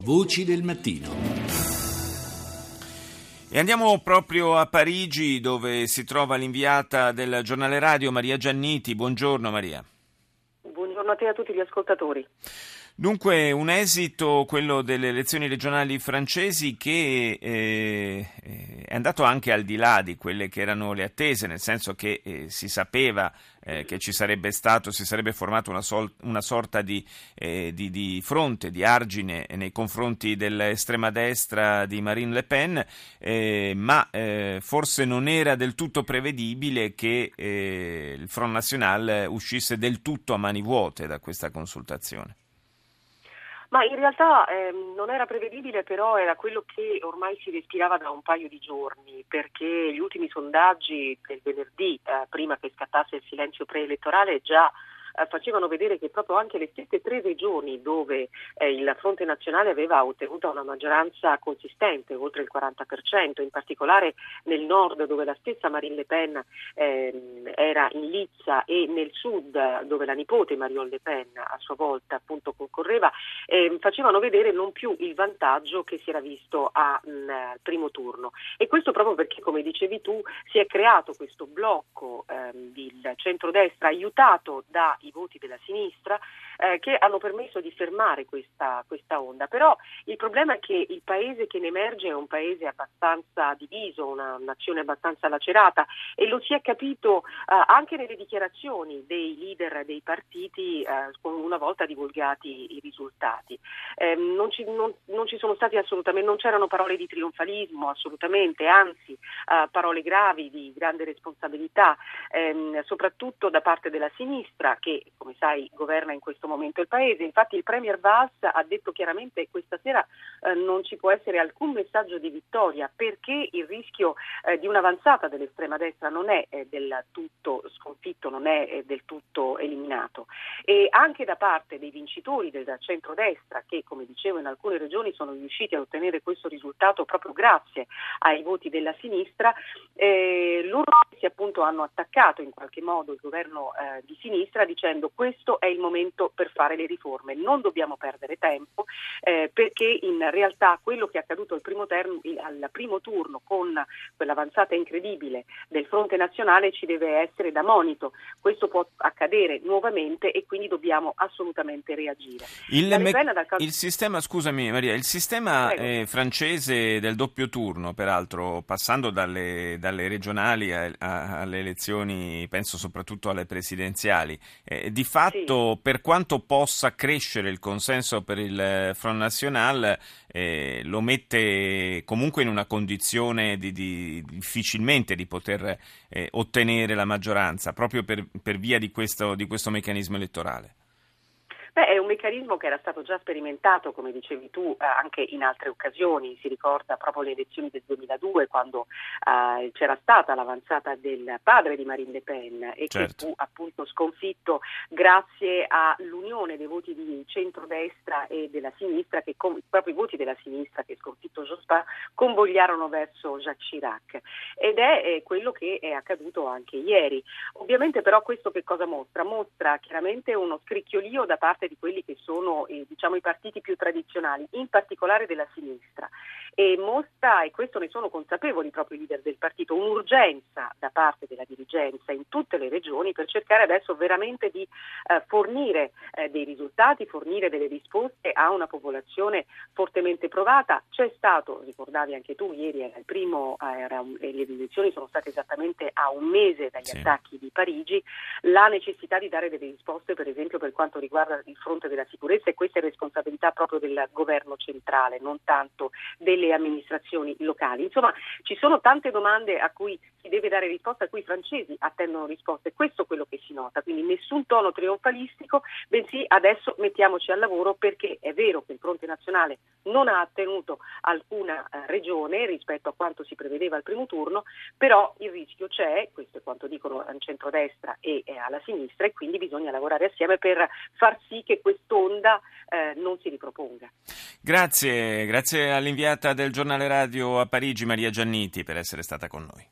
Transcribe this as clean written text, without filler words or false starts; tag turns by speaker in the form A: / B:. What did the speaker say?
A: Voci del mattino.
B: E andiamo proprio a Parigi, dove si trova l'inviata del giornale radio Maria Gianniti. Buongiorno Maria.
C: Buongiorno a te e a tutti gli ascoltatori.
B: Dunque, un esito, quello delle elezioni regionali francesi, che è andato anche al di là di quelle che erano le attese, nel senso che si sapeva che si sarebbe formata una sorta di fronte, di argine nei confronti dell'estrema destra di Marine Le Pen, ma forse non era del tutto prevedibile che il Front National uscisse del tutto a mani vuote da questa consultazione.
C: Ma in realtà non era prevedibile, però era quello che ormai si respirava da un paio di giorni, perché gli ultimi sondaggi del venerdì, prima che scattasse il silenzio preelettorale, già facevano vedere che proprio anche le stesse 3 regioni dove il Fronte Nazionale aveva ottenuto una maggioranza consistente, oltre il 40%, in particolare nel nord dove la stessa Marine Le Pen era in lizza e nel sud dove la nipote Marion Le Pen a sua volta appunto concorreva, facevano vedere non più il vantaggio che si era visto al primo turno. E questo proprio perché, come dicevi tu, si è creato questo blocco del centrodestra aiutato da i voti della sinistra che hanno permesso di fermare questa onda. Però il problema è che il paese che ne emerge è un paese abbastanza diviso, una nazione abbastanza lacerata, e lo si è capito anche nelle dichiarazioni dei leader dei partiti una volta divulgati i risultati. Non ci sono stati assolutamente, non c'erano parole di trionfalismo assolutamente, anzi parole gravi di grande responsabilità, soprattutto da parte della sinistra che, come sai, governa in questo momento il paese. Infatti il Premier Valls ha detto chiaramente che questa sera non ci può essere alcun messaggio di vittoria, perché il rischio di un'avanzata dell'estrema destra non è del tutto sconfitto, non è del tutto eliminato. E anche da parte dei vincitori del centrodestra, che come dicevo in alcune regioni sono riusciti ad ottenere questo risultato proprio grazie ai voti della sinistra, loro si appunto hanno attaccato in qualche modo il governo di sinistra dicendo: questo è il momento per fare le riforme, non dobbiamo perdere tempo, perché in realtà quello che è accaduto al primo turno con quell'avanzata incredibile del Fronte Nazionale ci deve essere da monito. Questo può accadere nuovamente e quindi dobbiamo assolutamente reagire.
B: Il sistema, scusami Maria, il sistema francese del doppio turno, peraltro passando dalle regionali alle elezioni, penso soprattutto alle presidenziali, di fatto, sì, per quanto possa crescere il consenso per il Front National, lo mette comunque in una condizione difficilmente di poter ottenere la maggioranza, proprio per via di questo meccanismo elettorale.
C: È un meccanismo che era stato già sperimentato, come dicevi tu, anche in altre occasioni. Si ricorda proprio le elezioni del 2002, quando c'era stata l'avanzata del padre di Marine Le Pen e certo, che fu appunto sconfitto grazie all'unione dei voti di centrodestra e della sinistra, proprio i voti della sinistra che sconfitto Jospin convogliarono verso Jacques Chirac. Ed è quello che è accaduto anche ieri. Ovviamente però questo che cosa mostra? Mostra chiaramente uno scricchiolio da parte di quelli che sono i partiti più tradizionali, in particolare della sinistra, e mostra, e questo ne sono consapevoli proprio i leader del partito, un'urgenza da parte della dirigenza in tutte le regioni per cercare adesso veramente di fornire dei risultati, fornire delle risposte a una popolazione fortemente provata. C'è stato, ricordavi anche tu, ieri era le elezioni sono state esattamente a un mese dagli attacchi di Parigi, la necessità di dare delle risposte, per esempio per quanto riguarda il fronte della sicurezza, e questa è responsabilità proprio del governo centrale, non tanto delle amministrazioni locali. Insomma, ci sono tante domande a cui si deve dare risposta, a cui i francesi attendono risposte. Questo è quello che si nota, quindi nessun tono trionfalistico, bensì adesso mettiamoci al lavoro, perché è vero che il Fronte Nazionale non ha ottenuto alcuna regione rispetto a quanto si prevedeva al primo turno, però il rischio c'è, questo è quanto dicono al centrodestra e alla sinistra, e quindi bisogna lavorare assieme per far sì che quest'onda non si riproponga.
B: Grazie all'inviata del giornale radio a Parigi Maria Gianniti per essere stata con noi.